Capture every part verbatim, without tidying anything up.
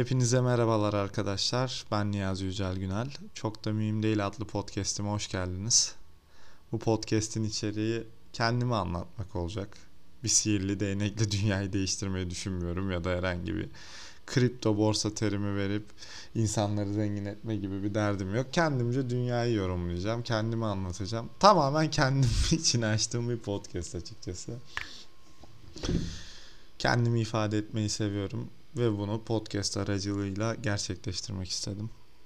Hepinize merhabalar arkadaşlar. Ben Niyazi Yücel Günel. Çok da Mühim Değil adlı podcast'ime hoş geldiniz. Bu podcast'in içeriği kendimi anlatmak olacak. Bir sihirli değnekle dünyayı değiştirmeyi düşünmüyorum ya da herhangi bir kripto borsa terimi verip insanları zengin etme gibi bir derdim yok. Kendimce dünyayı yorumlayacağım, kendimi anlatacağım. Tamamen kendim için açtığım bir podcast açıkçası. Kendimi ifade etmeyi seviyorum ve bunu podcast aracılığıyla gerçekleştirmek istedim.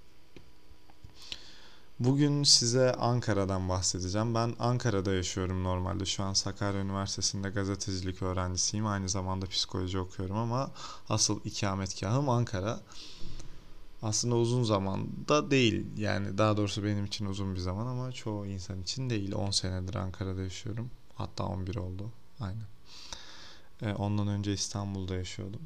Bugün size Ankara'dan bahsedeceğim. Ben Ankara'da yaşıyorum normalde. Şu an Sakarya Üniversitesi'nde gazetecilik öğrencisiyim. Aynı zamanda psikoloji okuyorum ama asıl ikametgahım Ankara. Aslında uzun zaman da değil. Yani daha doğrusu benim için uzun bir zaman ama çoğu insan için değil. on senedir Ankara'da yaşıyorum. Hatta on bir oldu. Aynen. Ee, ondan önce İstanbul'da yaşıyordum.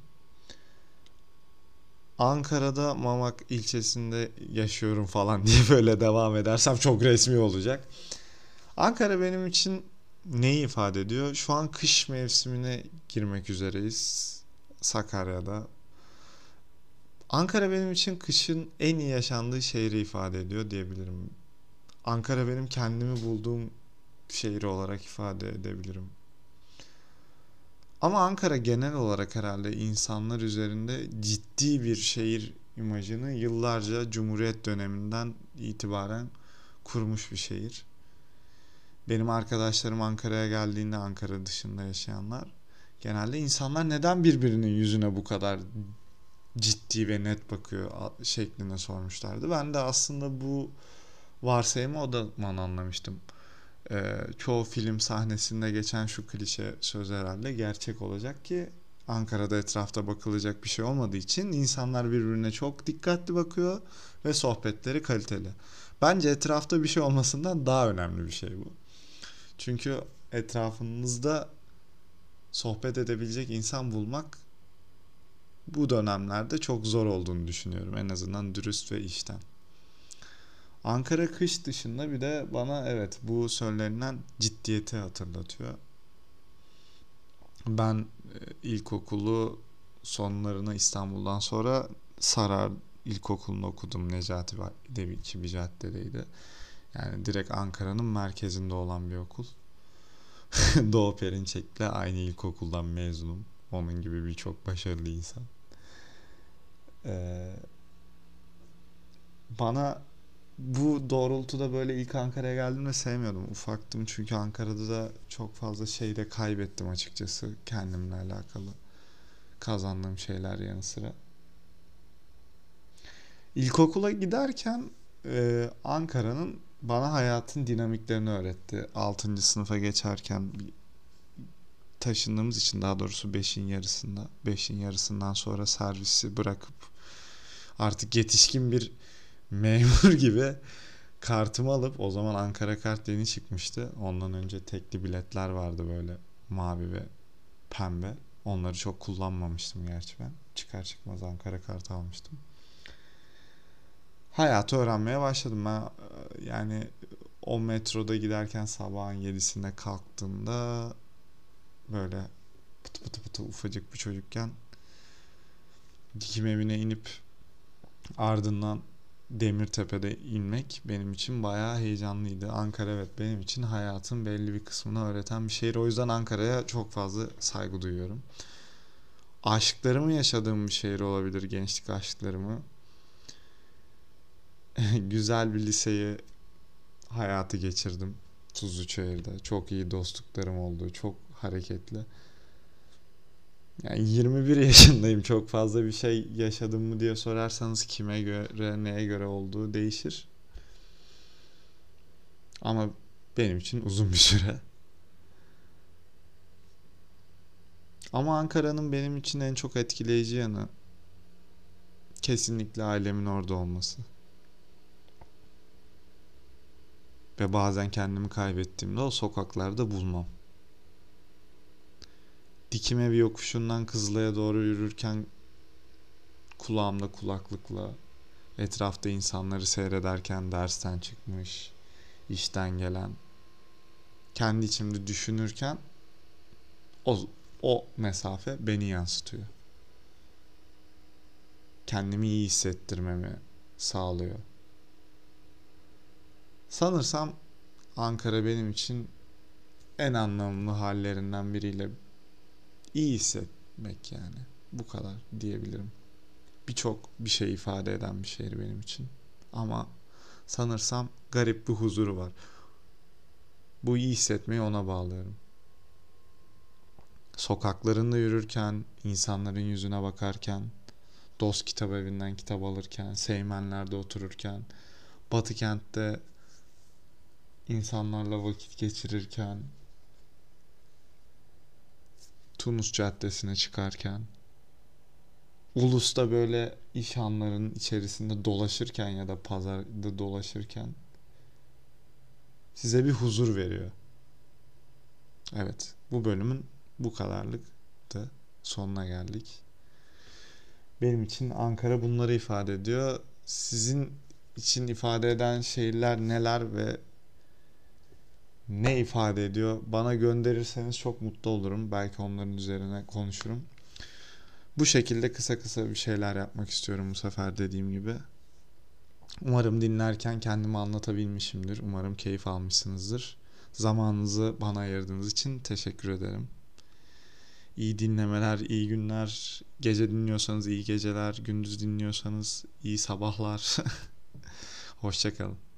Ankara'da Mamak ilçesinde yaşıyorum falan diye böyle devam edersem çok resmi olacak. Ankara benim için neyi ifade ediyor? Şu an kış mevsimine girmek üzereyiz Sakarya'da. Ankara benim için kışın en iyi yaşandığı şehri ifade ediyor diyebilirim. Ankara benim kendimi bulduğum şehir olarak ifade edebilirim. Ama Ankara genel olarak herhalde insanlar üzerinde ciddi bir şehir imajını yıllarca Cumhuriyet döneminden itibaren kurmuş bir şehir. Benim arkadaşlarım Ankara'ya geldiğinde Ankara dışında yaşayanlar genelde insanlar neden birbirinin yüzüne bu kadar ciddi ve net bakıyor şeklinde sormuşlardı. Ben de aslında bu varsayımı o zaman anlamıştım. Ee, çoğu film sahnesinde geçen şu klişe söz herhalde gerçek olacak ki Ankara'da etrafta bakılacak bir şey olmadığı için insanlar birbirine çok dikkatli bakıyor ve sohbetleri kaliteli. Bence etrafta bir şey olmasından daha önemli bir şey bu. Çünkü etrafınızda sohbet edebilecek insan bulmak bu dönemlerde çok zor olduğunu düşünüyorum. En azından dürüst ve içten. Ankara kış dışında bir de bana evet bu söylenilen ciddiyeti hatırlatıyor. Ben e, ilkokulu sonlarını İstanbul'dan sonra Sarar İlkokulu'nu okudum. Necati Deviçi bir caddedeydi. Yani direkt Ankara'nın merkezinde olan bir okul. Doğu Perinçek'le aynı ilkokuldan mezunum. Onun gibi birçok başarılı insan. Ee, bana bu doğrultuda böyle ilk Ankara'ya geldiğimde sevmiyordum. Ufaktım çünkü Ankara'da da çok fazla şey de kaybettim açıkçası kendimle alakalı. Kazandığım şeyler yanı sıra. İlkokula giderken e, Ankara'nın bana hayatın dinamiklerini öğretti. Altıncı sınıfa geçerken bir taşındığımız için daha doğrusu beşin yarısında beşin yarısından sonra servisi bırakıp artık yetişkin bir memur gibi kartımı alıp o zaman Ankara kart yeni çıkmıştı. Ondan önce tekli biletler vardı böyle mavi ve pembe. Onları çok kullanmamıştım gerçi ben. Çıkar çıkmaz Ankara kartı almıştım. Hayatı öğrenmeye başladım ben. Yani o metroda giderken sabahın yedisinde kalktığımda böyle pıtı pıtı pıtı ufacık bir çocukken dikim evine inip ardından Demirtepe'de inmek benim için bayağı heyecanlıydı. Ankara evet benim için hayatın belli bir kısmını öğreten bir şehir. O yüzden Ankara'ya çok fazla saygı duyuyorum. Aşklarımı yaşadığım bir şehir olabilir, gençlik aşklarımı. Güzel bir liseyi hayatı geçirdim Tuzluçayır'da. Çok iyi dostluklarım oldu, çok hareketli. Yani yirmi bir yaşındayım. Çok fazla bir şey yaşadım mı diye sorarsanız kime göre, neye göre olduğu değişir. Ama benim için uzun bir süre. Ama Ankara'nın benim için en çok etkileyici yanı kesinlikle ailemin orada olması. Ve bazen kendimi kaybettiğimde o sokaklarda bulmam. Dikim evi yokuşundan Kızılay'a doğru yürürken kulağımda kulaklıkla etrafta insanları seyrederken dersten çıkmış, işten gelen, kendi içimde düşünürken o, o mesafe beni yansıtıyor. kendimi iyi hissettirmemi sağlıyor. Sanırsam Ankara benim için en anlamlı hallerinden biriyle iyi hissetmek yani. Bu kadar diyebilirim. Birçok bir şey ifade eden bir şehir benim için. Ama sanırsam garip bir huzuru var. Bu iyi hissetmeyi ona bağlıyorum. Sokaklarında yürürken, insanların yüzüne bakarken, Dost Kitabevi'nden kitap alırken, Seymenler'de otururken, Batı kentte insanlarla vakit geçirirken, Tunus Caddesi'ne çıkarken, Ulus'ta böyle iş hanlarının içerisinde dolaşırken ya da pazarda dolaşırken size bir huzur veriyor. Evet, bu bölümün bu kadarlıktı. Sonuna geldik. Benim için Ankara bunları ifade ediyor. Sizin için ifade eden şeyler neler ve ne ifade ediyor? Bana gönderirseniz çok mutlu olurum. Belki onların üzerine konuşurum. Bu şekilde kısa kısa bir şeyler yapmak istiyorum bu sefer dediğim gibi. Umarım dinlerken kendimi anlatabilmişimdir. Umarım keyif almışsınızdır. Zamanınızı bana ayırdığınız için teşekkür ederim. İyi dinlemeler, iyi günler. Gece dinliyorsanız iyi geceler, gündüz dinliyorsanız iyi sabahlar. Hoşça kalın.